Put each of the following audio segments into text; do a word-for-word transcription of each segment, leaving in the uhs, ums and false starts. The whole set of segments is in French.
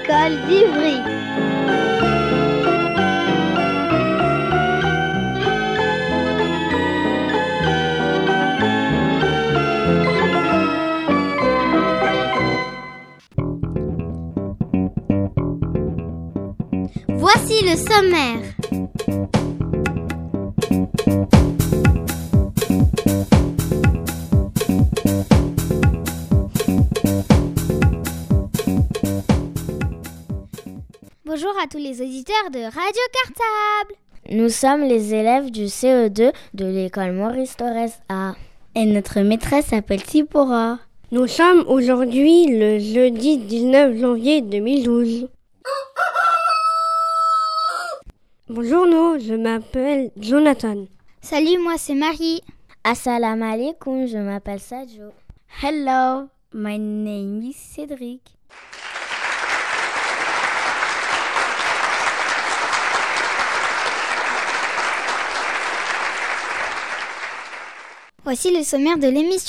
l'école d'Ivry. Voici le sommaire. Bonjour à tous les auditeurs de Radio Cartable. Nous sommes les élèves du C E deux de l'école Maurice Thorez A. Et notre maîtresse s'appelle Tsipora. Nous sommes aujourd'hui le jeudi dix-neuf janvier deux mille douze. Bonjour, nous, je m'appelle Jonathan. Salut, moi c'est Marie. Assalamu alaikum, je m'appelle Sadio. Hello, my name is Cédric. Voici le sommaire de l'émission.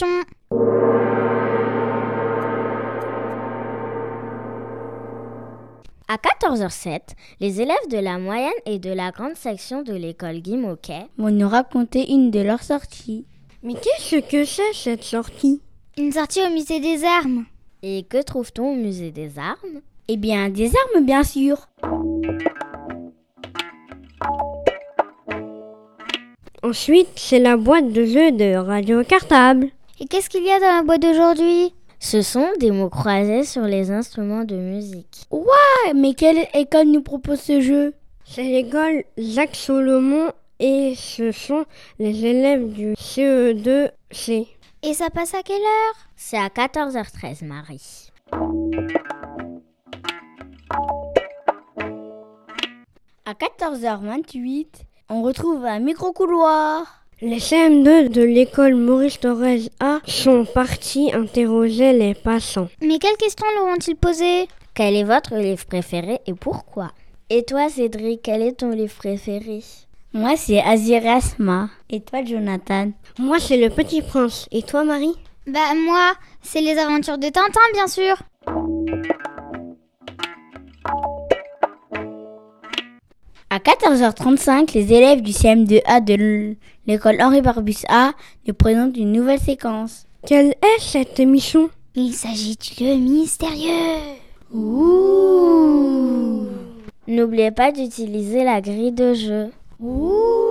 À quatorze heures sept, les élèves de la moyenne et de la grande section de l'école Guy Môquet vont nous raconter une de leurs sorties. Mais qu'est-ce que c'est cette sortie? Une sortie au musée des armes. Et que trouve-t-on au musée des armes? Eh bien, des armes bien sûr. Ensuite, c'est la boîte de jeux de Radio Cartable. Et qu'est-ce qu'il y a dans la boîte d'aujourd'hui? Ce sont des mots croisés sur les instruments de musique. Ouais, mais quelle école nous propose ce jeu? C'est l'école Jacques Solomon et ce sont les élèves du C E deux C. Et ça passe à quelle heure? C'est à quatorze heures treize, Marie. À quatorze heures vingt-huit, on retrouve un micro-couloir. Les C M deux de l'école Maurice Thorez A sont partis interroger les passants. Mais quelles questions leur ont-ils posées? Quel est votre livre préféré et pourquoi? Et toi, Cédric, quel est ton livre préféré? Moi, c'est Azir et Asma. Et toi, Jonathan? Moi, c'est Le Petit Prince. Et toi, Marie? Bah moi, c'est les aventures de Tintin, bien sûr. À quatorze heures trente-cinq, les élèves du C M deux A de l'école Henri Barbus A nous présentent une nouvelle séquence. Quelle est cette émission? Il s'agit du lieu mystérieux. Ouh. N'oubliez pas d'utiliser la grille de jeu. Ouh.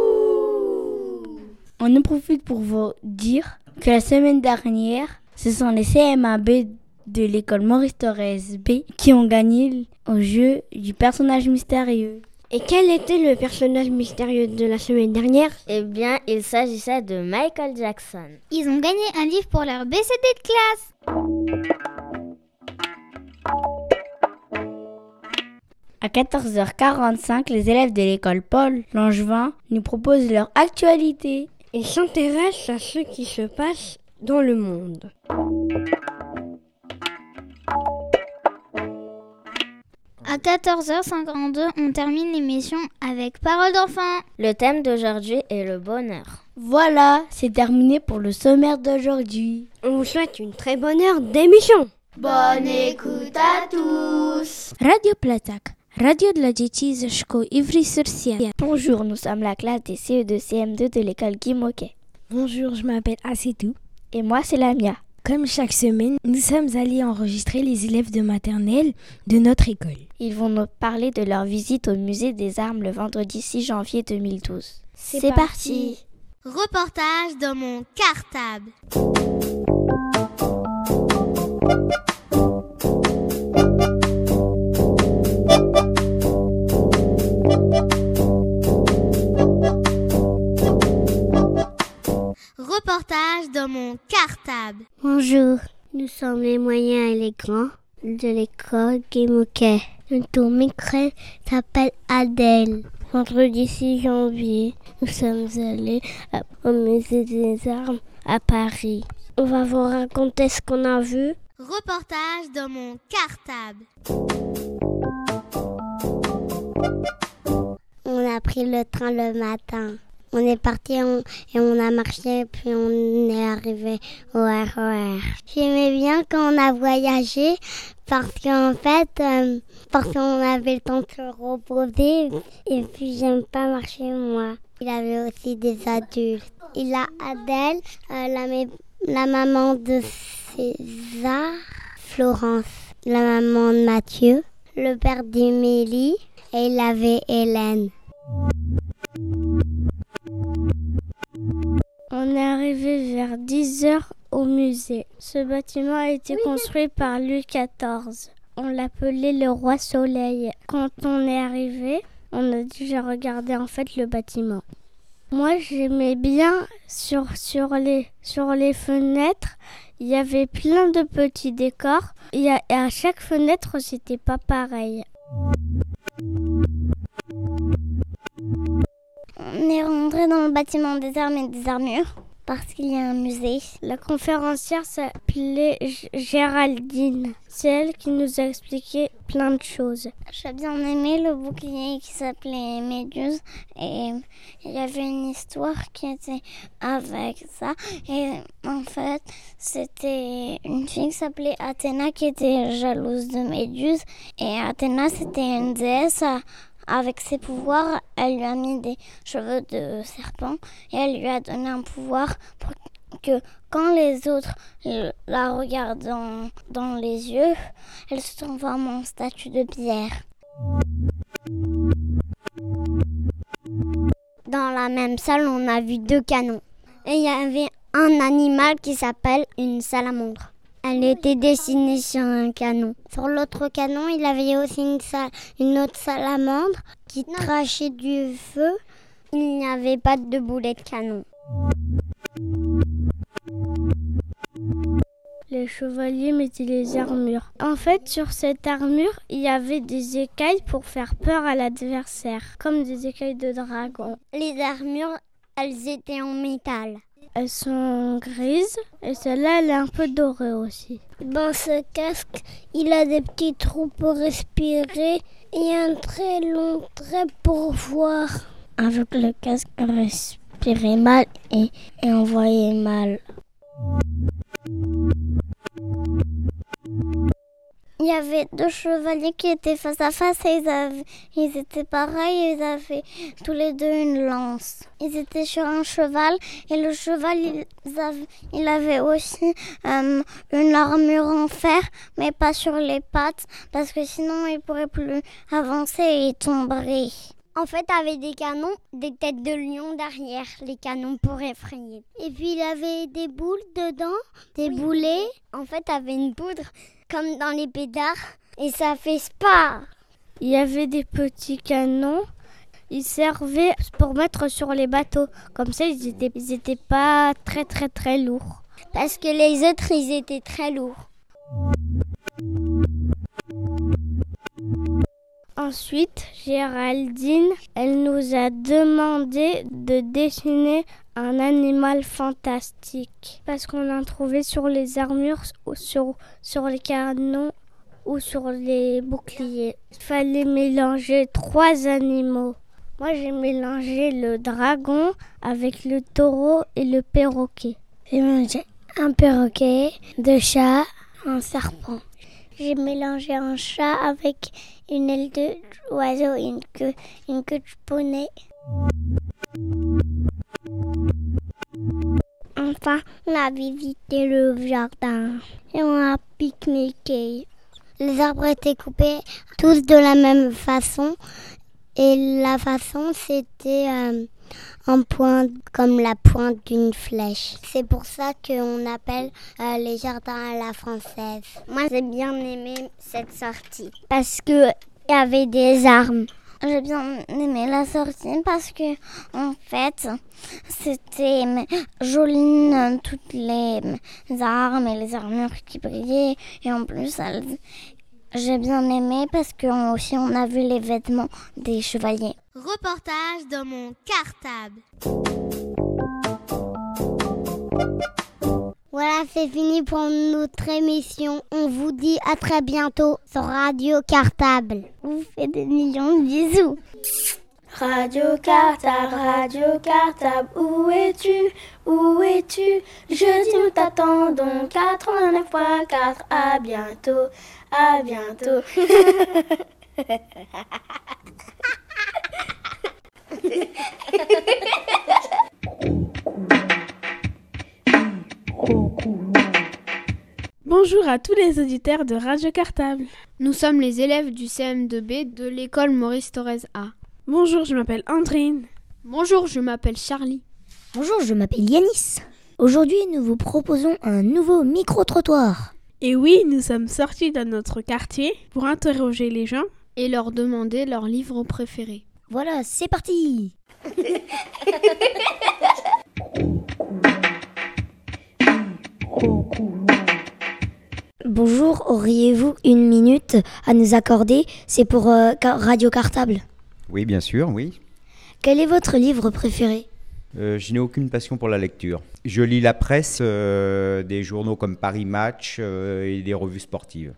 On en profite pour vous dire que la semaine dernière, ce sont les C M A B de l'école Maurice Thorez B qui ont gagné au jeu du personnage mystérieux. Et quel était le personnage mystérieux de la semaine dernière? Eh bien, il s'agissait de Michael Jackson. Ils ont gagné un livre pour leur B C D de classe. À quatorze heures quarante-cinq, les élèves de l'école Paul Langevin nous proposent leur actualité. Ils s'intéressent à ce qui se passe dans le monde. À quatorze heures cinquante-deux, on termine l'émission avec Parole d'enfant. Le thème d'aujourd'hui est le bonheur. Voilà, c'est terminé pour le sommaire d'aujourd'hui. On vous souhaite une très bonne heure d'émission. Bonne écoute à tous. Radio Platak, radio dla dzieci ze szkół Ivry-sur-Sienne. Bonjour, nous sommes la classe des C E deux C M deux de l'école Guy Môquet. Bonjour, je m'appelle Asetou. Et moi, c'est Lamia. Comme chaque semaine, nous sommes allés enregistrer les élèves de maternelle de notre école. Ils vont nous parler de leur visite au musée des armes le vendredi six janvier deux mille douze. C'est, C'est parti. parti. Reportage dans mon cartable. Reportage dans mon cartable. Bonjour, nous sommes les moyens et les grands de l'école Guy Môquet. Notre maîtresse s'appelle Adèle. Vendredi six janvier, nous sommes allés au musée des armes à Paris. On va vous raconter ce qu'on a vu. Reportage dans mon cartable. On a pris le train le matin. On est parti on, et on a marché, puis on est arrivé au R E R. J'aimais bien quand on a voyagé parce qu'en fait, euh, parce qu'on avait le temps de se reposer. Et puis j'aime pas marcher moi. Il avait aussi des adultes. Il a Adèle, euh, la, la maman de César, Florence, la maman de Mathieu, le père d'Émilie et il avait Hélène. On est arrivé vers dix heures au musée. Ce bâtiment a été construit par Louis quatorze. On l'appelait le Roi Soleil. Quand on est arrivé, on a déjà regardé en fait le bâtiment. Moi, j'aimais bien sur, sur, les, sur les fenêtres, il y avait plein de petits décors. Et à, et à chaque fenêtre, c'était pas pareil. On est rentré dans le bâtiment des armes et des armures parce qu'il y a un musée. La conférencière s'appelait G- Géraldine. C'est elle qui nous a expliqué plein de choses. J'ai bien aimé le bouclier qui s'appelait Méduse et il y avait une histoire qui était avec ça. Et en fait, c'était une fille qui s'appelait Athéna qui était jalouse de Méduse. Et Athéna, c'était une déesse. Avec ses pouvoirs, elle lui a mis des cheveux de serpent et elle lui a donné un pouvoir pour que quand les autres la regardent dans, dans les yeux, elle se transforme en statue de pierre. Dans la même salle, on a vu deux canons. Et il y avait un animal qui s'appelle une salamandre. Elle était dessinée sur un canon. Sur l'autre canon, il y avait aussi une, sal- une autre salamandre qui crachait du feu. Il n'y avait pas de boulet de canon. Les chevaliers mettaient les armures. En fait, sur cette armure, il y avait des écailles pour faire peur à l'adversaire, comme des écailles de dragon. Les armures, elles étaient en métal. Elles sont grises et celle-là, elle est un peu dorée aussi. Dans ce casque, il a des petits trous pour respirer et un très long trait pour voir. Avec le casque, on respirait mal et, et on voyait mal. Il y avait deux chevaliers qui étaient face à face et ils, avaient, ils étaient pareils, ils avaient tous les deux une lance. Ils étaient sur un cheval et le cheval, il avait, il avait aussi euh, une armure en fer, mais pas sur les pattes, parce que sinon il ne pourrait plus avancer et il tomberait. En fait, il avait des canons, des têtes de lion derrière, les canons pour effrayer. Et puis il avait des boules dedans, des oui. boulets. En fait, il avait une poudre comme dans les pédards et ça fait spa. Il y avait des petits canons, ils servaient pour mettre sur les bateaux. Comme ça, ils étaient, ils étaient pas très très très lourds. Parce que les autres, ils étaient très lourds. Ensuite, Géraldine, elle nous a demandé de dessiner un animal fantastique. Parce qu'on a trouvé sur les armures, sur, sur les canons ou sur les boucliers. Il fallait mélanger trois animaux. Moi, j'ai mélangé le dragon avec le taureau et le perroquet. J'ai mélangé un perroquet, deux chats, un serpent. J'ai mélangé un chat avec une aile d'oiseau et une queue, une queue de poney. Enfin, on a visité le jardin et on a pique-niqué. Les arbres étaient coupés tous de la même façon et la façon c'était euh, en pointe comme la pointe d'une flèche. C'est pour ça qu'on appelle euh, les jardins à la française. Moi j'ai bien aimé cette sortie parce qu'il y avait des armes. J'ai bien aimé la sortie parce que en fait c'était joli, toutes les armes et les armures qui brillaient et en plus elles, j'ai bien aimé parce que aussi on a vu les vêtements des chevaliers. Reportage dans mon cartable. Voilà, c'est fini pour notre émission. On vous dit à très bientôt sur Radio Cartable. On vous fait des millions de bisous. Radio Cartable, Radio Cartable, où es-tu? Où es-tu? Jeudi nous t'attendons, quatre-vingt-neuf point quatre, à bientôt, à bientôt. Bonjour à tous les auditeurs de Radio Cartable. Nous sommes les élèves du C M deux B de l'école Maurice Thorez A. Bonjour, je m'appelle Andrine. Bonjour, je m'appelle Charlie. Bonjour, je m'appelle Yanis. Aujourd'hui, nous vous proposons un nouveau micro-trottoir. Et oui, nous sommes sortis dans notre quartier pour interroger les gens et leur demander leur livre préféré. Voilà, c'est parti. Bonjour, auriez-vous une minute à nous accorder? C'est pour euh, Radio Cartable. Oui, bien sûr, oui. Quel est votre livre préféré? euh, Je n'ai aucune passion pour la lecture. Je lis la presse, euh, des journaux comme Paris Match euh, et des revues sportives.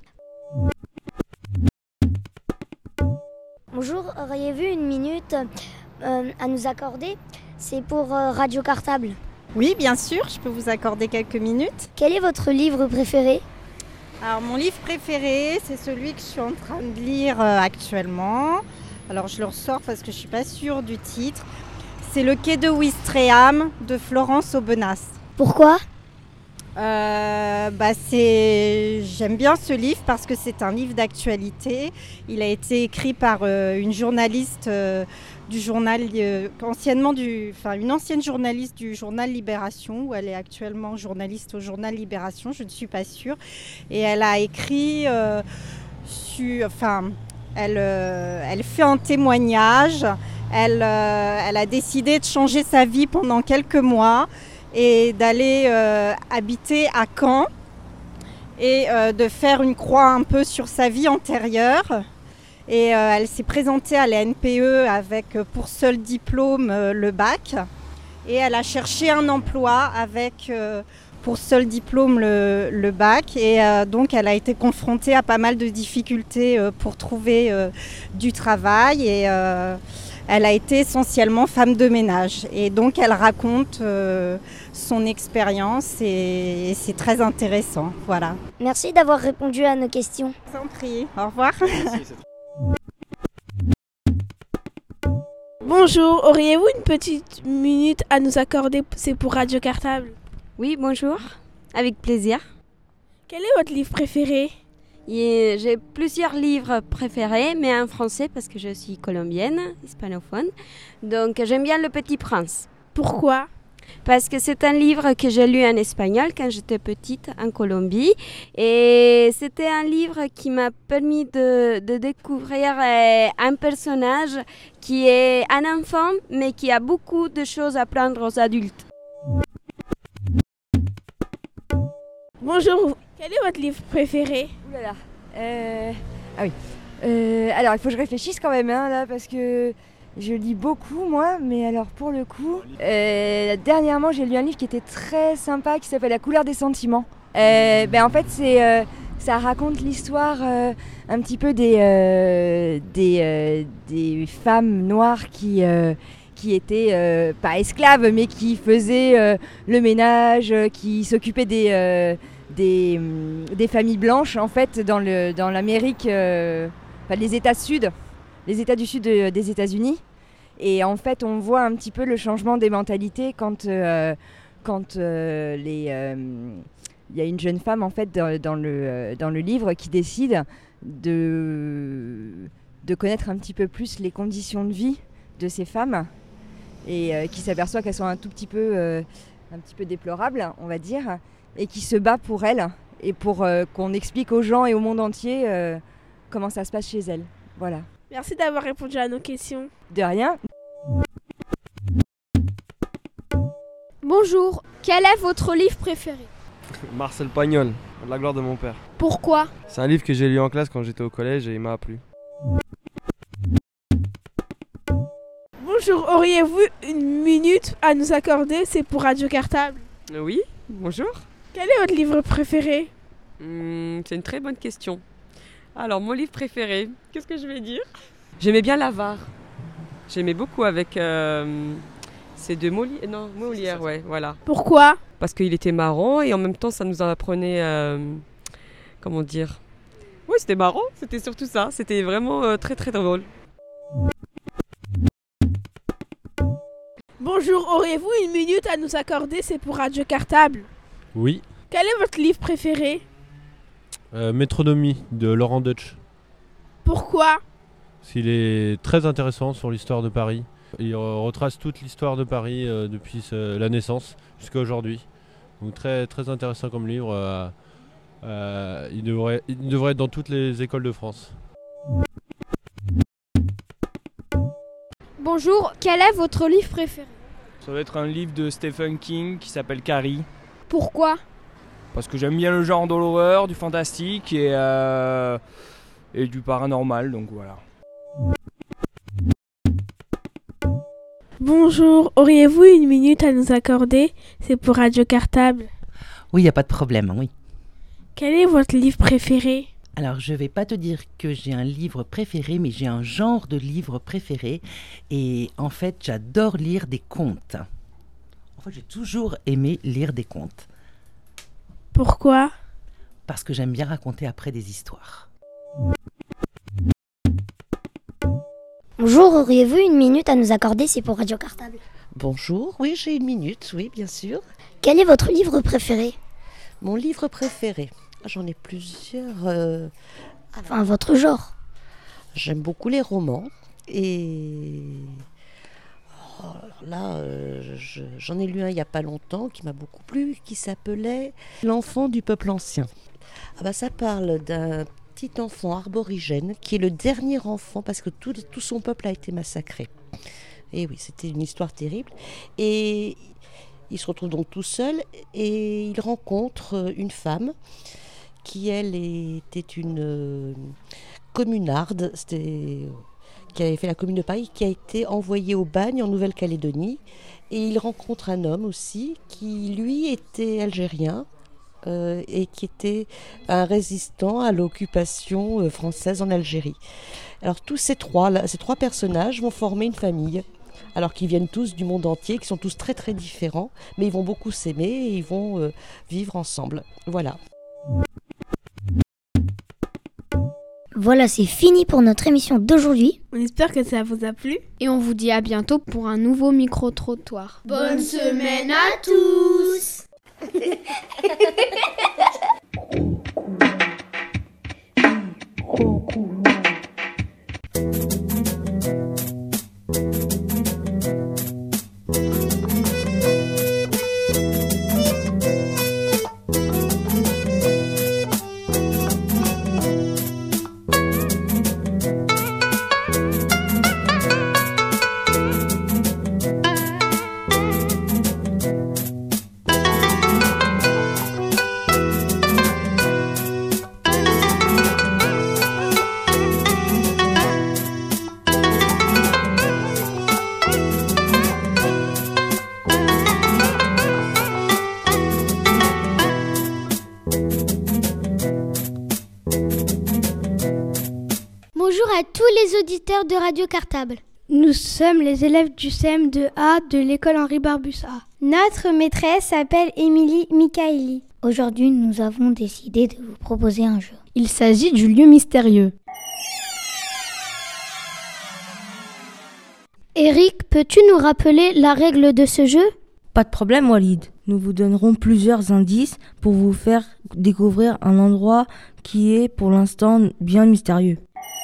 Bonjour, auriez-vous une minute euh, à nous accorder? C'est pour euh, Radio Cartable. Oui, bien sûr, je peux vous accorder quelques minutes. Quel est votre livre préféré? Alors, mon livre préféré, c'est celui que je suis en train de lire euh, actuellement. Alors, je le ressors parce que je ne suis pas sûre du titre. C'est Le Quai de Ouistreham de Florence Aubenas. Pourquoi ? euh, bah c'est... J'aime bien ce livre parce que c'est un livre d'actualité. Il a été écrit par euh, une journaliste euh, du journal, euh, anciennement du, enfin, une ancienne journaliste du journal Libération, où elle est actuellement journaliste au journal Libération, je ne suis pas sûre. Et elle a écrit, euh, sur, enfin, elle, euh, elle fait un témoignage. Elle, euh, elle a décidé de changer sa vie pendant quelques mois et d'aller euh, habiter à Caen et euh, de faire une croix un peu sur sa vie antérieure. Et euh, elle s'est présentée à la N P E avec euh, pour seul diplôme euh, le bac. Et elle a cherché un emploi avec euh, pour seul diplôme le, le bac. Et euh, donc elle a été confrontée à pas mal de difficultés euh, pour trouver euh, du travail. Et euh, elle a été essentiellement femme de ménage. Et donc elle raconte euh, son expérience et, et c'est très intéressant. Voilà. Merci d'avoir répondu à nos questions. Je vous en prie. Au revoir. Merci. Bonjour, auriez-vous une petite minute à nous accorder? C'est pour Radio Cartable. Oui, bonjour, avec plaisir. Quel est votre livre préféré? Et j'ai plusieurs livres préférés, mais en français parce que je suis colombienne, hispanophone. Donc j'aime bien Le Petit Prince. Pourquoi? Parce que c'est un livre que j'ai lu en espagnol quand j'étais petite en Colombie. Et c'était un livre qui m'a permis de, de découvrir un personnage qui est un enfant, mais qui a beaucoup de choses à apprendre aux adultes. Bonjour, quel est votre livre préféré? Ouh là là. Euh... Ah oui. Euh, alors, il faut que je réfléchisse quand même, hein, là, parce que je lis beaucoup, moi, mais alors pour le coup, euh, dernièrement, j'ai lu un livre qui était très sympa, qui s'appelle La couleur des sentiments. Euh, ben, en fait, c'est, euh, ça raconte l'histoire euh, un petit peu des, euh, des, euh, des femmes noires qui, euh, qui étaient, euh, pas esclaves, mais qui faisaient euh, le ménage, euh, qui s'occupaient des, euh, des, des familles blanches, en fait, dans, le, dans l'Amérique, euh, enfin, les États sud, les États du sud de, des États-Unis. Et en fait, on voit un petit peu le changement des mentalités quand, euh, quand euh, les, euh, y a une jeune femme en fait dans, dans, le, euh, dans le livre qui décide de, de connaître un petit peu plus les conditions de vie de ces femmes et euh, qui s'aperçoit qu'elles sont un tout petit peu, euh, un petit peu déplorables, on va dire, et qui se bat pour elles et pour euh, qu'on explique aux gens et au monde entier euh, comment ça se passe chez elles. Voilà. Merci d'avoir répondu à nos questions. De rien. Bonjour, quel est votre livre préféré? Marcel Pagnol, La gloire de mon père. Pourquoi? C'est un livre que j'ai lu en classe quand j'étais au collège et il m'a plu. Bonjour, auriez-vous une minute à nous accorder? C'est pour Radio Cartable. Euh, oui, bonjour. Quel est votre livre préféré? Hum, C'est une très bonne question. Alors, mon livre préféré, qu'est-ce que je vais dire? J'aimais bien l'Avare. J'aimais beaucoup avec... Euh, c'est de Molière, non, Molière, ouais, voilà. Pourquoi ? Parce qu'il était marrant et en même temps, ça nous apprenait... Euh, comment dire ? Oui, c'était marrant, c'était surtout ça. C'était vraiment euh, très très drôle. Bonjour, auriez-vous une minute à nous accorder? C'est pour Radio Cartable. Oui. Quel est votre livre préféré? euh, Métronomie de Laurent Deutsch. Pourquoi? Parce qu'il est très intéressant sur l'histoire de Paris. Il retrace toute l'histoire de Paris euh, depuis euh, la naissance jusqu'à aujourd'hui. Donc très, très intéressant comme livre. Euh, euh, il, devrait, il devrait être dans toutes les écoles de France. Bonjour, quel est votre livre préféré? Ça va être un livre de Stephen King qui s'appelle Carrie. Pourquoi? Parce que j'aime bien le genre de l'horreur, du fantastique et, euh, et du paranormal, donc voilà. Bonjour, auriez-vous une minute à nous accorder? C'est pour Radio Cartable. Oui, il n'y a pas de problème, oui. Quel est votre livre préféré? Alors, je ne vais pas te dire que j'ai un livre préféré, mais j'ai un genre de livre préféré. Et en fait, j'adore lire des contes. En fait, j'ai toujours aimé lire des contes. Pourquoi? Parce que j'aime bien raconter après des histoires. Bonjour, auriez-vous une minute à nous accorder? C'est pour Radio Cartable. Bonjour, oui, j'ai une minute, oui, bien sûr. Quel est votre livre préféré? Mon livre préféré? J'en ai plusieurs. Euh... Enfin, votre genre. J'aime beaucoup les romans. Et oh, là, euh, je, j'en ai lu un il n'y a pas longtemps qui m'a beaucoup plu, qui s'appelait L'enfant du peuple ancien. Ah bah, ça parle d'un petit enfant aborigène qui est le dernier enfant parce que tout, tout son peuple a été massacré. Et oui, c'était une histoire terrible. Et il se retrouve donc tout seul et il rencontre une femme qui, elle, était une euh, communarde, c'était, qui avait fait la Commune de Paris, qui a été envoyée au bagne en Nouvelle-Calédonie. Et il rencontre un homme aussi qui, lui, était algérien euh, et qui était un résistant à l'occupation euh, française en Algérie. Alors tous ces trois, là, ces trois personnages vont former une famille. Alors qu'ils viennent tous du monde entier, qui sont tous très très différents, mais ils vont beaucoup s'aimer et ils vont euh, vivre ensemble. Voilà. Voilà, c'est fini pour notre émission d'aujourd'hui. On espère que ça vous a plu. Et on vous dit à bientôt pour un nouveau micro-trottoir. Bonne semaine à tous. Bonjour à tous les auditeurs de Radio Cartable. Nous sommes les élèves du C M deux A de l'école Henri Barbusse A. Notre maîtresse s'appelle Émilie Michaeli. Aujourd'hui, nous avons décidé de vous proposer un jeu. Il s'agit du lieu mystérieux. Eric, peux-tu nous rappeler la règle de ce jeu? Pas de problème, Walid. Nous vous donnerons plusieurs indices pour vous faire découvrir un endroit qui est pour l'instant bien mystérieux.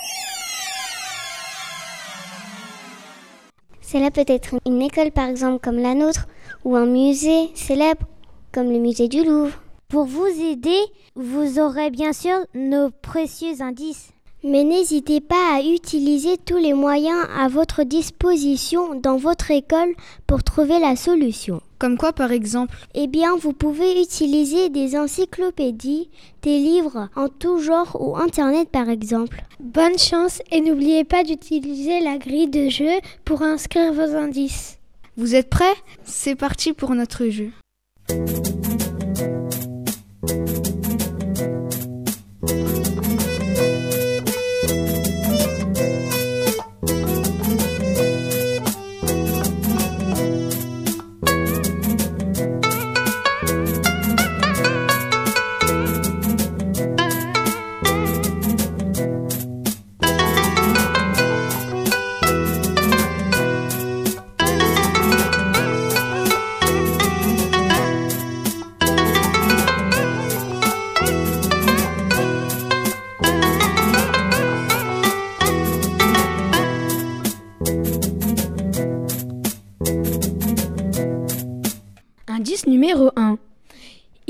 Cela peut être une école par exemple comme la nôtre ou un musée célèbre comme le musée du Louvre. Pour vous aider, vous aurez bien sûr nos précieux indices. Mais n'hésitez pas à utiliser tous les moyens à votre disposition dans votre école pour trouver la solution. Comme quoi par exemple? Eh bien, vous pouvez utiliser des encyclopédies, des livres en tout genre ou Internet par exemple. Bonne chance et n'oubliez pas d'utiliser la grille de jeu pour inscrire vos indices. Vous êtes prêts? C'est parti pour notre jeu.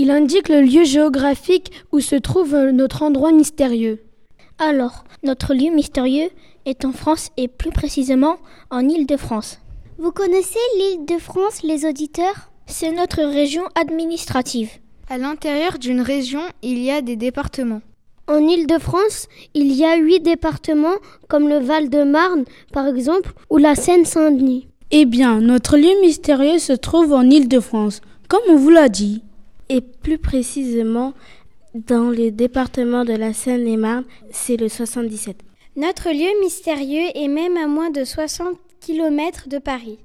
Il indique le lieu géographique où se trouve notre endroit mystérieux. Alors, notre lieu mystérieux est en France et plus précisément en Île-de-France. Vous connaissez l'Île-de-France, les auditeurs ? C'est notre région administrative. À l'intérieur d'une région, il y a des départements. En Île-de-France, il y a huit départements, comme le Val-de-Marne, par exemple, ou la Seine-Saint-Denis. Eh bien, notre lieu mystérieux se trouve en Île-de-France, comme on vous l'a dit. Et plus précisément, dans le département de la Seine-et-Marne, c'est le soixante-dix-sept. Notre lieu mystérieux est même à moins de soixante kilomètres de Paris.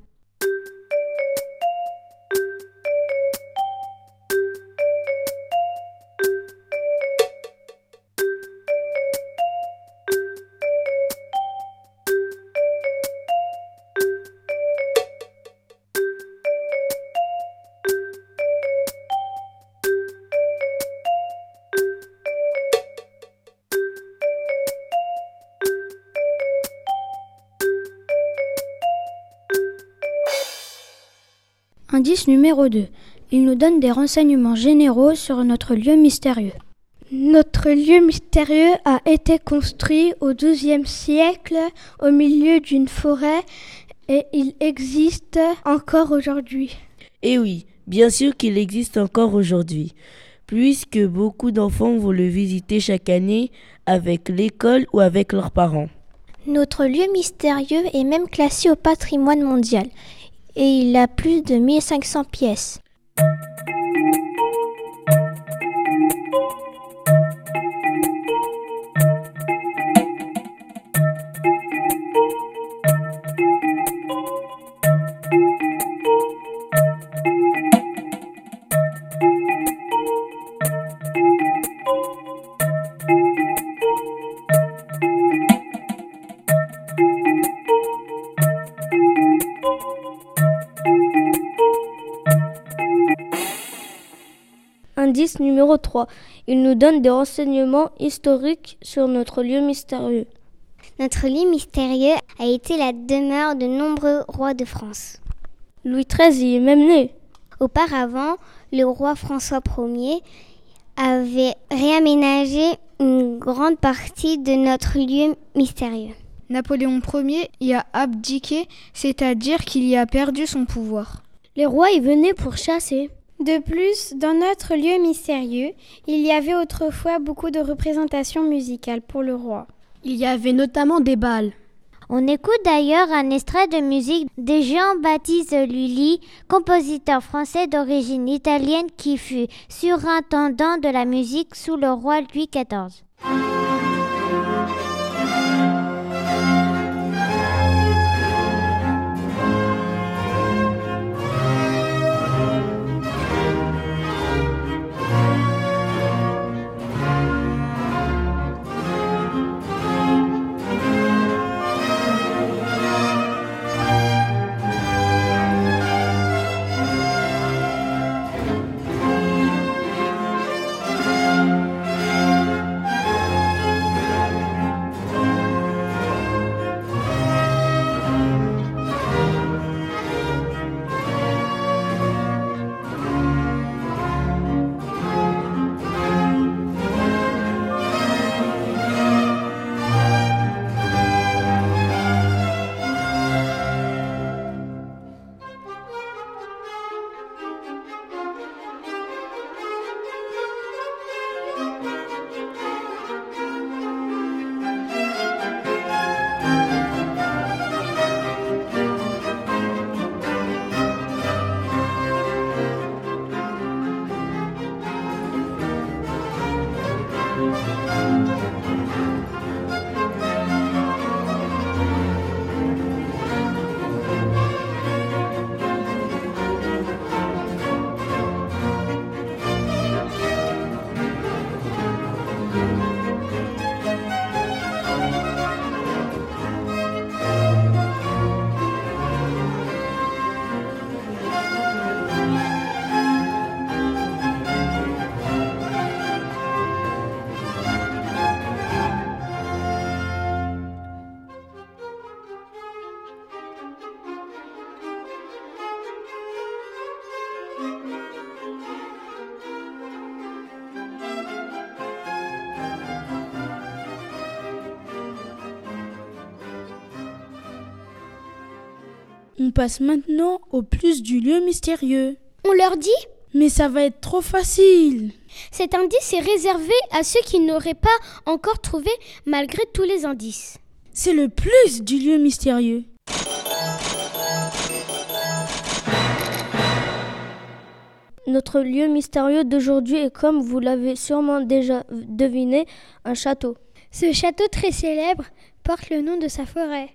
Indice numéro deux. Il nous donne des renseignements généraux sur notre lieu mystérieux. Notre lieu mystérieux a été construit au douzième siècle au milieu d'une forêt et il existe encore aujourd'hui. Eh oui, bien sûr qu'il existe encore aujourd'hui, puisque beaucoup d'enfants vont le visiter chaque année avec l'école ou avec leurs parents. Notre lieu mystérieux est même classé au patrimoine mondial. Et il a plus de mille cinq cents pièces. Indice numéro trois. Il nous donne des renseignements historiques sur notre lieu mystérieux. Notre lieu mystérieux a été la demeure de nombreux rois de France. Louis treize y est même né. Auparavant, le roi François Ier avait réaménagé une grande partie de notre lieu mystérieux. Napoléon Ier y a abdiqué, c'est-à-dire qu'il y a perdu son pouvoir. Les rois y venaient pour chasser. De plus, dans notre lieu mystérieux, il y avait autrefois beaucoup de représentations musicales pour le roi. Il y avait notamment des bals. On écoute d'ailleurs un extrait de musique de Jean-Baptiste Lully, compositeur français d'origine italienne qui fut surintendant de la musique sous le roi Louis quatorze. On passe maintenant au plus du lieu mystérieux. On leur dit ? Mais ça va être trop facile. Cet indice est réservé à ceux qui n'auraient pas encore trouvé malgré tous les indices. C'est le plus du lieu mystérieux. Notre lieu mystérieux d'aujourd'hui est, comme vous l'avez sûrement déjà deviné, un château. Ce château très célèbre porte le nom de sa forêt.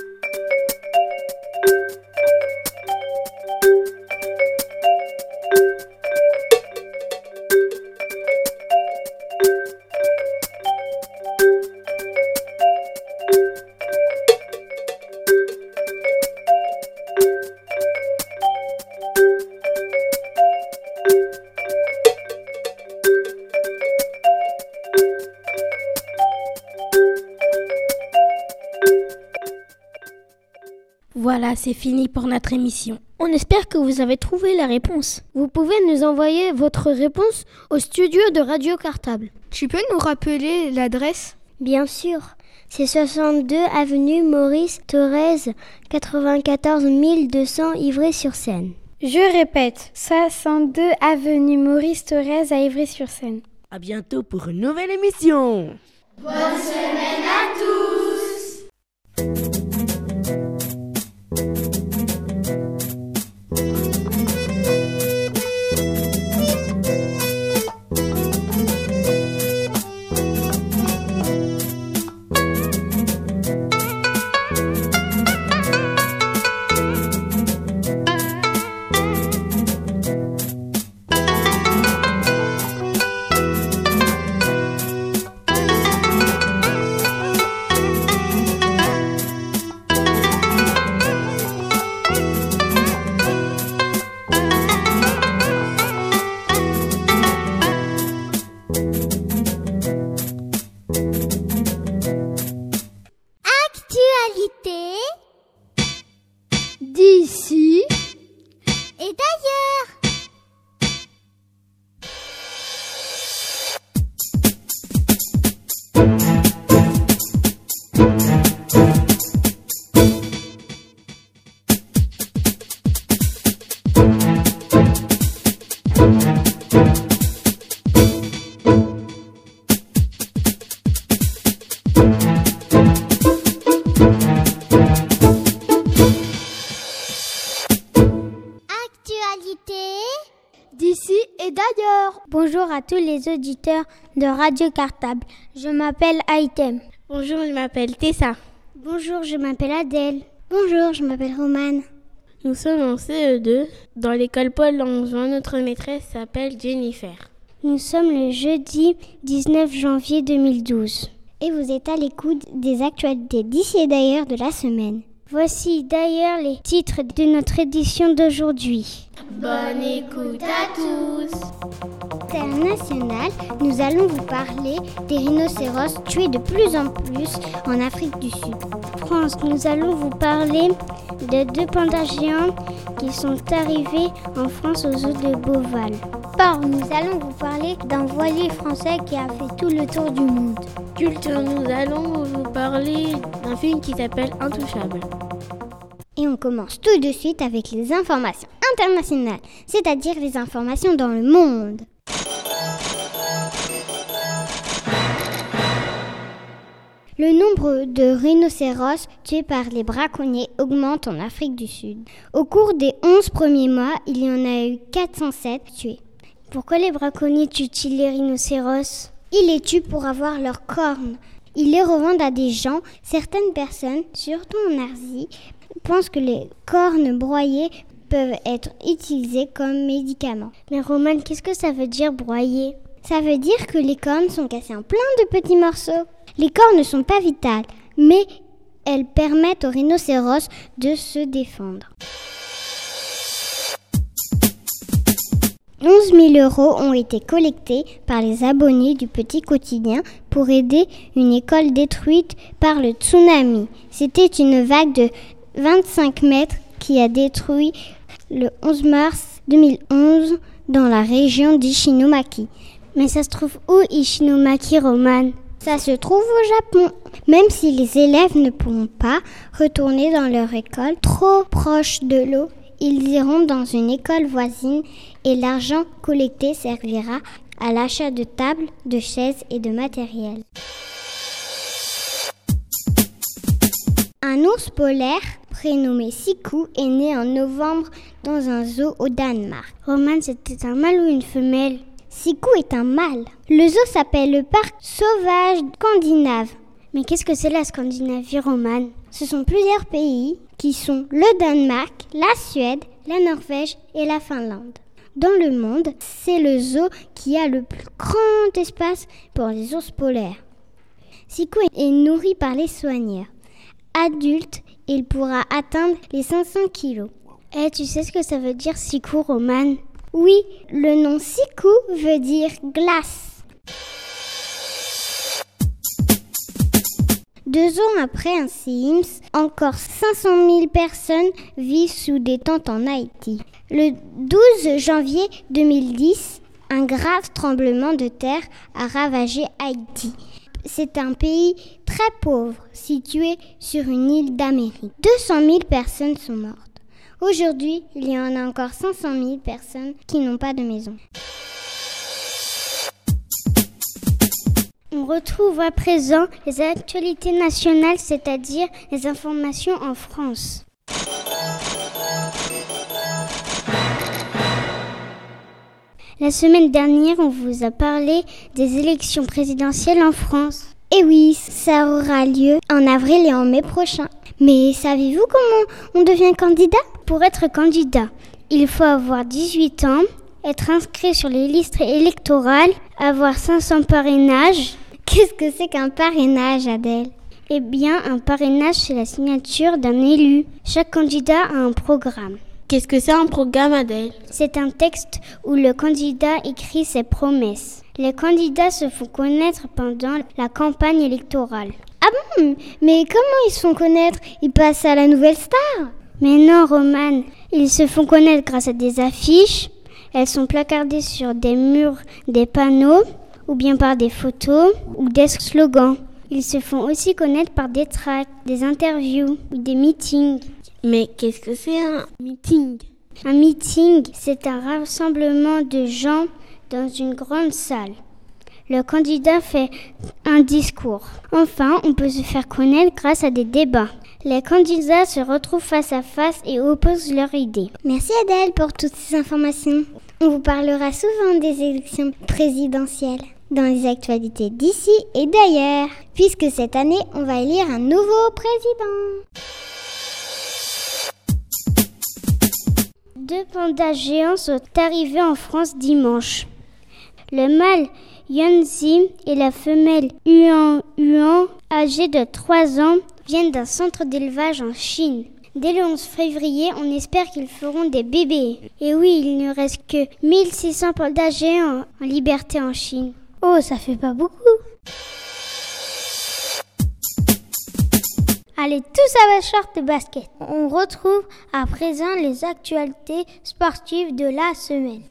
Voilà, c'est fini pour notre émission. On espère que vous avez trouvé la réponse. Vous pouvez nous envoyer votre réponse au studio de Radio Cartable. Tu peux nous rappeler l'adresse ? Bien sûr, c'est soixante-deux avenue Maurice Thorez, quatre-vingt-quatorze mille deux cents Ivry-sur-Seine. Je répète, soixante-deux avenue Maurice Thorez à Ivry-sur-Seine. À bientôt pour une nouvelle émission. Bonne semaine à tous. D'ici et d'ailleurs. D'ici et d'ailleurs. Bonjour à tous les auditeurs de Radio Cartable. Je m'appelle Aïtem. Bonjour, je m'appelle Tessa. Bonjour, je m'appelle Adèle. Bonjour, je m'appelle Romane. Nous sommes en C E deux dans l'école Paul Langevin. Notre maîtresse s'appelle Jennifer. Nous sommes le jeudi dix-neuf janvier deux mille douze. Et vous êtes à l'écoute des actualités d'ici et d'ailleurs de la semaine. Voici d'ailleurs les titres de notre édition d'aujourd'hui. Bonne écoute à tous. International, nous allons vous parler des rhinocéros tués de plus en plus en Afrique du Sud. France, nous allons vous parler de deux pandas géants qui sont arrivés en France aux eaux de Beauval. Sport, nous allons vous parler d'un voilier français qui a fait tout le tour du monde. Culture, nous allons vous parler d'un film qui s'appelle Intouchable. Et on commence tout de suite avec les informations internationales, c'est-à-dire les informations dans le monde. Le nombre de rhinocéros tués par les braconniers augmente en Afrique du Sud. Au cours des onze premiers mois, il y en a eu quatre cent sept tués. Pourquoi les braconniers tuent-ils les rhinocéros ? Ils les tuent pour avoir leurs cornes. Ils les revendent à des gens. Certaines personnes, surtout en Asie, pensent que les cornes broyées peuvent être utilisées comme médicaments. Mais Romane, qu'est-ce que ça veut dire broyer ? Ça veut dire que les cornes sont cassées en plein de petits morceaux. Les cornes ne sont pas vitales, mais elles permettent aux rhinocéros de se défendre. onze mille euros ont été collectés par les abonnés du Petit Quotidien pour aider une école détruite par le tsunami. C'était une vague de vingt-cinq mètres qui a détruit le onze mars deux mille onze dans la région d'Ishinomaki. Mais ça se trouve où Ishinomaki, Romane ? Ça se trouve au Japon. Même si les élèves ne pourront pas retourner dans leur école trop proche de l'eau, ils iront dans une école voisine et l'argent collecté servira à l'achat de tables, de chaises et de matériel. Un ours polaire prénommé Siku est né en novembre dans un zoo au Danemark. Roman, c'était un mâle ou une femelle? Siku est un mâle. Le zoo s'appelle le parc sauvage scandinave. Mais qu'est-ce que c'est la Scandinavie, Roman? Ce sont plusieurs pays qui sont le Danemark, la Suède, la Norvège et la Finlande. Dans le monde, c'est le zoo qui a le plus grand espace pour les ours polaires. Siku est nourri par les soigneurs. Adulte, il pourra atteindre les cinq cents kilos. Eh, tu sais ce que ça veut dire Siku, Roman? Oui, le nom Siku veut dire glace. Deux ans après un séisme, encore cinq cent mille personnes vivent sous des tentes en Haïti. Le douze janvier deux mille dix, un grave tremblement de terre a ravagé Haïti. C'est un pays très pauvre, situé sur une île d'Amérique. deux cent mille personnes sont mortes. Aujourd'hui, il y en a encore cinq cent mille personnes qui n'ont pas de maison. On retrouve à présent les actualités nationales, c'est-à-dire les informations en France. La semaine dernière, on vous a parlé des élections présidentielles en France. Et oui, ça aura lieu en avril et en mai prochain. Mais savez-vous comment on devient candidat? Pour être candidat, il faut avoir dix-huit ans, être inscrit sur les listes électorales, avoir cinq cents parrainages. Qu'est-ce que c'est qu'un parrainage, Adèle? Eh bien, un parrainage, c'est la signature d'un élu. Chaque candidat a un programme. Qu'est-ce que c'est un programme, Adèle? C'est un texte où le candidat écrit ses promesses. Les candidats se font connaître pendant la campagne électorale. Ah bon? Mais comment ils se font connaître? Ils passent à la nouvelle star? Mais non, Roman. Ils se font connaître grâce à des affiches. Elles sont placardées sur des murs, des panneaux, ou bien par des photos ou des slogans. Ils se font aussi connaître par des tracts, des interviews ou des meetings. Mais qu'est-ce que c'est un meeting? Un meeting, c'est un rassemblement de gens dans une grande salle. Le candidat fait un discours. Enfin, on peut se faire connaître grâce à des débats. Les candidats se retrouvent face à face et opposent leurs idées. Merci Adèle pour toutes ces informations. On vous parlera souvent des élections présidentielles dans les actualités d'ici et d'ailleurs, puisque cette année, on va élire un nouveau président. Deux pandas géants sont arrivés en France dimanche. Le mâle Yanzi et la femelle Huan Huan, âgés de trois ans, viennent d'un centre d'élevage en Chine. Dès le onze février, on espère qu'ils feront des bébés. Et oui, il ne reste que mille six cents pandas géants en liberté en Chine. Oh, ça fait pas beaucoup. Allez, tous à la short de basket. On retrouve à présent les actualités sportives de la semaine.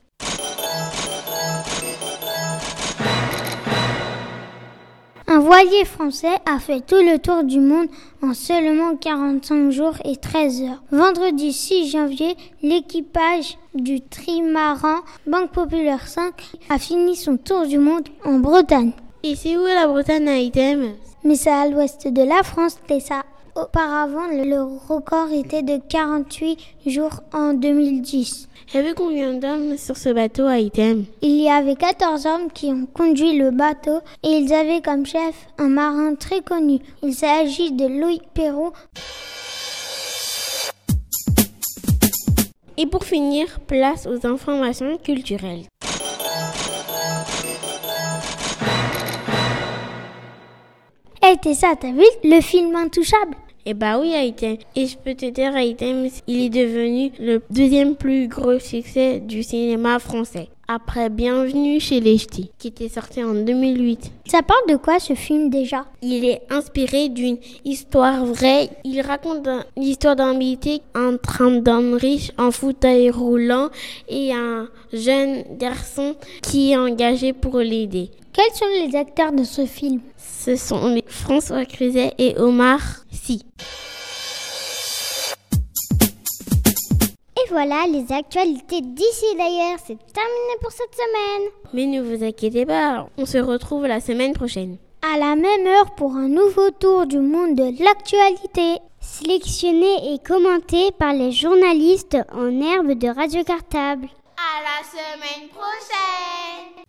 Un voilier français a fait tout le tour du monde en seulement quarante-cinq jours et treize heures. Vendredi six janvier, l'équipage du trimaran Banque Populaire cinq a fini son tour du monde en Bretagne. Et c'est où la Bretagne à Item? Mais c'est à l'ouest de la France, Tessa. Auparavant, le record était de quarante-huit jours en deux mille dix. Il y avait combien d'hommes sur ce bateau à Item? Il y avait quatorze hommes qui ont conduit le bateau et ils avaient comme chef un marin très connu. Il s'agit de Louis Perrault. Et pour finir, place aux informations culturelles. Eh, t'es ça, t'as vu le film Intouchable? Eh bah oui, Item. Et je peux te dire, Item, il est devenu le deuxième plus gros succès du cinéma français. Après Bienvenue chez les Ch'tis, qui était sorti en deux mille huit. Ça parle de quoi ce film déjà? Il est inspiré d'une histoire vraie. Il raconte l'histoire d'un métier entre un homme riche en fauteuil roulant et un jeune garçon qui est engagé pour l'aider. Quels sont les acteurs de ce film? Ce Ce sont François Cruzet et Omar Sy. Et voilà, les actualités d'ici d'ailleurs, c'est terminé pour cette semaine. Mais ne vous inquiétez pas, on se retrouve la semaine prochaine. À la même heure pour un nouveau tour du monde de l'actualité. Sélectionné et commenté par les journalistes en herbe de Radio Cartable. À la semaine prochaine.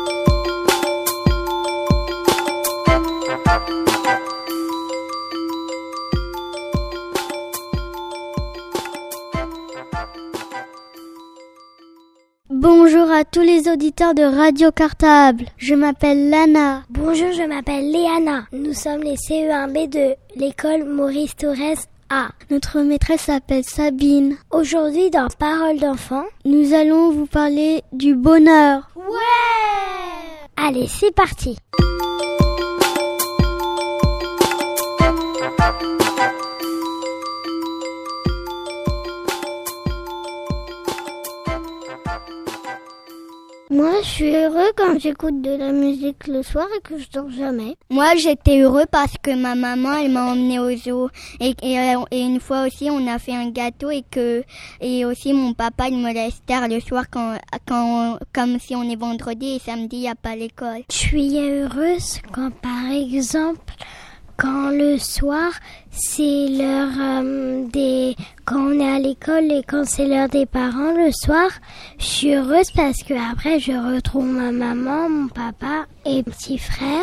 Bonjour à tous les auditeurs de Radio Cartable. Je m'appelle Lana. Bonjour, je m'appelle Léana. Nous sommes les C E un B de l'école Maurice Thorez A. Notre maîtresse s'appelle Sabine. Aujourd'hui, dans Parole d'enfant, nous allons vous parler du bonheur. Ouais! Allez, c'est parti. Moi, je suis heureux quand j'écoute de la musique le soir et que je dors jamais. Moi, j'étais heureux parce que ma maman, elle m'a emmené au zoo. Et, et, et une fois aussi, on a fait un gâteau et que, et aussi mon papa, il me laisse tard le soir quand, quand, comme si on est vendredi et samedi, il n'y a pas l'école. Je suis heureuse quand, par exemple, quand le soir, c'est l'heure euh, des... Quand on est à l'école et quand c'est l'heure des parents le soir, je suis heureuse parce que après je retrouve ma maman, mon papa et petit frère.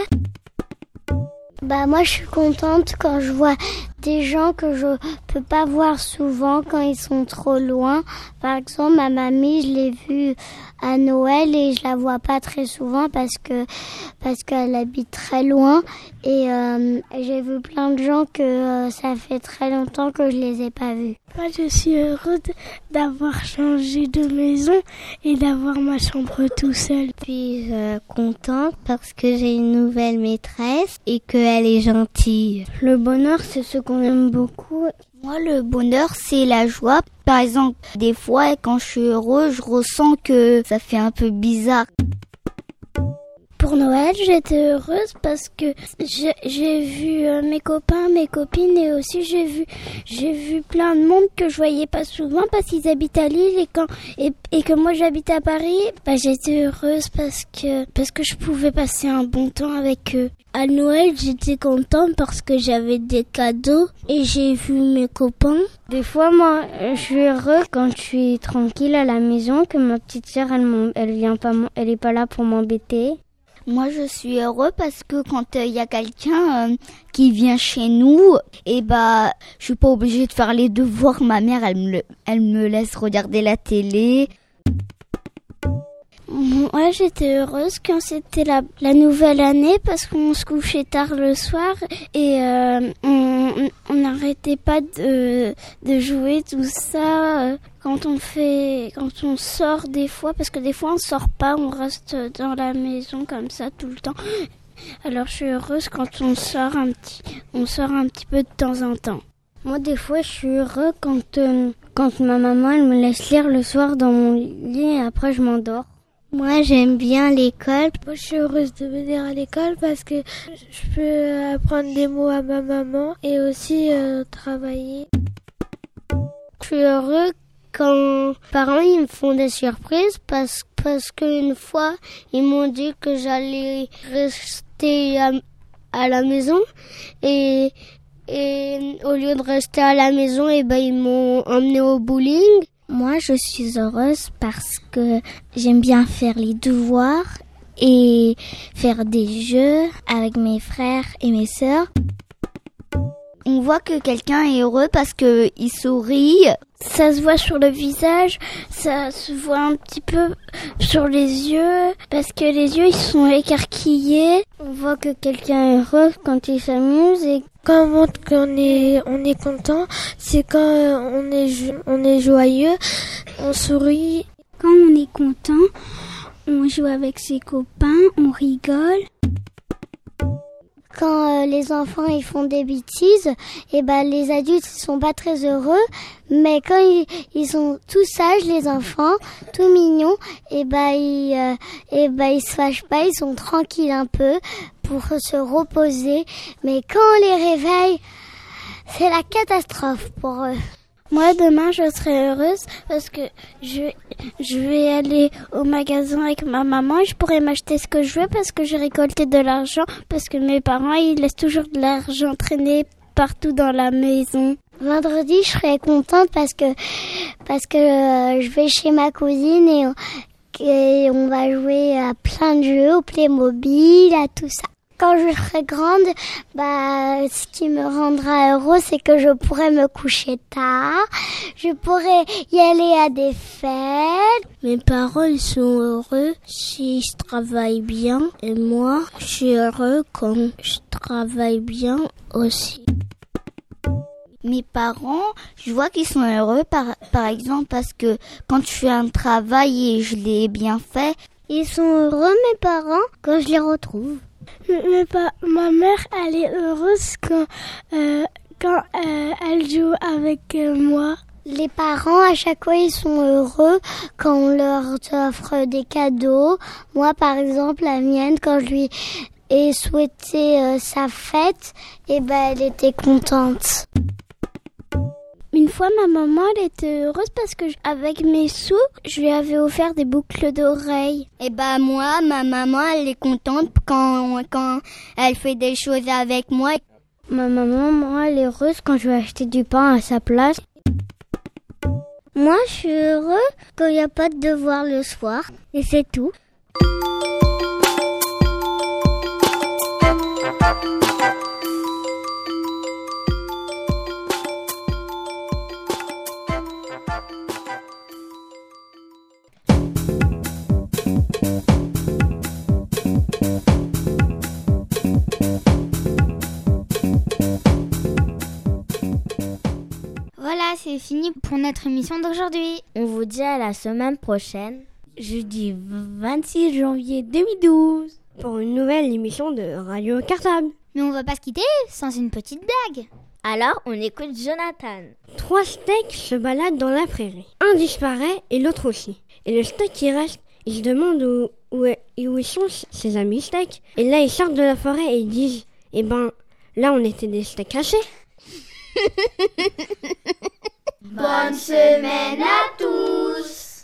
Bah moi je suis contente quand je vois des gens que je peux pas voir souvent quand ils sont trop loin. Par exemple, ma mamie, je l'ai vue à Noël et je la vois pas très souvent parce que parce qu'elle habite très loin et euh, j'ai vu plein de gens que euh, ça fait très longtemps que je les ai pas vus. Moi, je suis heureuse d'avoir changé de maison et d'avoir ma chambre tout seul. Je suis euh, contente parce que j'ai une nouvelle maîtresse et qu'elle est gentille. Le bonheur, c'est ce qu'on aime beaucoup. Moi, le bonheur, c'est la joie. Par exemple, des fois, quand je suis heureux, je ressens que ça fait un peu bizarre. Pour Noël, j'étais heureuse parce que j'ai, j'ai vu euh, mes copains, mes copines et aussi j'ai vu j'ai vu plein de monde que je voyais pas souvent parce qu'ils habitent à Lille et quand et, et que moi j'habite à Paris. Bah j'étais heureuse parce que parce que je pouvais passer un bon temps avec eux. À Noël, j'étais contente parce que j'avais des cadeaux et j'ai vu mes copains. Des fois, moi, je suis heureux quand je suis tranquille à la maison, que ma petite sœur, elle, elle vient pas, elle est pas là pour m'embêter. Moi, je suis heureux parce que quand il euh, y a quelqu'un euh, qui vient chez nous, et bah, je suis pas obligée de faire les devoirs. Ma mère, elle me, elle me laisse regarder la télé. Moi, j'étais heureuse quand c'était la, la nouvelle année parce qu'on se couchait tard le soir et euh, on n'arrêtait pas de, de jouer tout ça. Euh, quand on fait, quand on sort des fois, parce que des fois on sort pas, on reste dans la maison comme ça tout le temps. Alors je suis heureuse quand on sort un petit, on sort un petit peu de temps en temps. Moi, des fois, je suis heureux quand, euh, quand ma maman elle me laisse lire le soir dans mon lit et après je m'endors. Moi, j'aime bien l'école. Moi, je suis heureuse de venir à l'école parce que je peux apprendre des mots à ma maman et aussi euh, travailler. Je suis heureux quand mes parents ils me font des surprises parce, parce qu'une fois, ils m'ont dit que j'allais rester à, à la maison et, et au lieu de rester à la maison, et ben, ils m'ont emmené au bowling. Moi, je suis heureuse parce que j'aime bien faire les devoirs et faire des jeux avec mes frères et mes sœurs. On voit que quelqu'un est heureux parce que il sourit. Ça se voit sur le visage, ça se voit un petit peu sur les yeux, parce que les yeux ils sont écarquillés. On voit que quelqu'un est heureux quand il s'amuse et quand on montre qu'on est, on est content, c'est quand on est, on est joyeux, on sourit. Quand on est content, on joue avec ses copains, on rigole. Quand euh, les enfants ils font des bêtises, et ben les adultes ils sont pas très heureux, mais quand ils, ils sont tout sages les enfants, tout mignons, et ben ils euh, et ben ils se fâchent pas, ils sont tranquilles un peu pour se reposer. Mais quand on les réveille, c'est la catastrophe pour eux. Moi, demain, je serai heureuse parce que je, je vais aller au magasin avec ma maman et je pourrai m'acheter ce que je veux parce que j'ai récolté de l'argent, parce que mes parents, ils laissent toujours de l'argent traîner partout dans la maison. Vendredi, je serai contente parce que, parce que euh, je vais chez ma cousine et on, et on va jouer à plein de jeux, au Playmobil, à tout ça. Quand je serai grande, bah, ce qui me rendra heureuse, c'est que je pourrai me coucher tard, je pourrai y aller à des fêtes. Mes parents, ils sont heureux s'ils travaillent bien, et moi, je suis heureux quand je travaille bien aussi. Mes parents, je vois qu'ils sont heureux, par, par exemple, parce que quand je fais un travail et je l'ai bien fait, ils sont heureux, mes parents, quand je les retrouve. Mais pas, ma mère, elle est heureuse quand, euh, quand euh, elle joue avec euh, moi. Les parents, à chaque fois, ils sont heureux quand on leur offre des cadeaux. Moi, par exemple, la mienne, quand je lui ai souhaité euh, sa fête, eh ben, elle était contente. Une fois, ma maman, elle était heureuse parce que, avec mes sous, je lui avais offert des boucles d'oreilles. Et bah, moi, ma maman, elle est contente quand, quand elle fait des choses avec moi. Ma maman, moi, elle est heureuse quand je vais acheter du pain à sa place. Moi, je suis heureux quand il n'y a pas de devoir le soir. Et c'est tout. Voilà, c'est fini pour notre émission d'aujourd'hui. On vous dit à la semaine prochaine, jeudi vingt-six janvier deux mille douze, pour une nouvelle émission de Radio Cartable. Mais on va pas se quitter sans une petite blague. Alors, on écoute Jonathan. Trois steaks se baladent dans la prairie. Un disparaît et l'autre aussi. Et le steak qui reste, il se demande où, où, est, où sont ses amis steaks. Et là, ils sortent de la forêt et ils disent, eh ben, là, on était des steaks cachés. Bonne semaine à tous.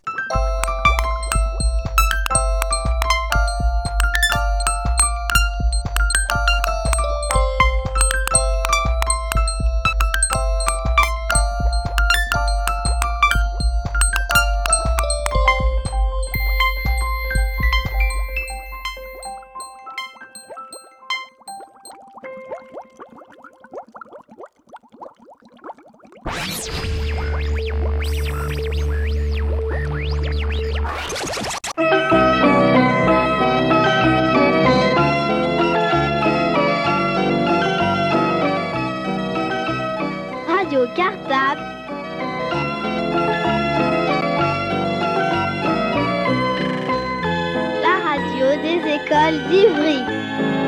Radio Cartable. La radio des écoles d'Ivry.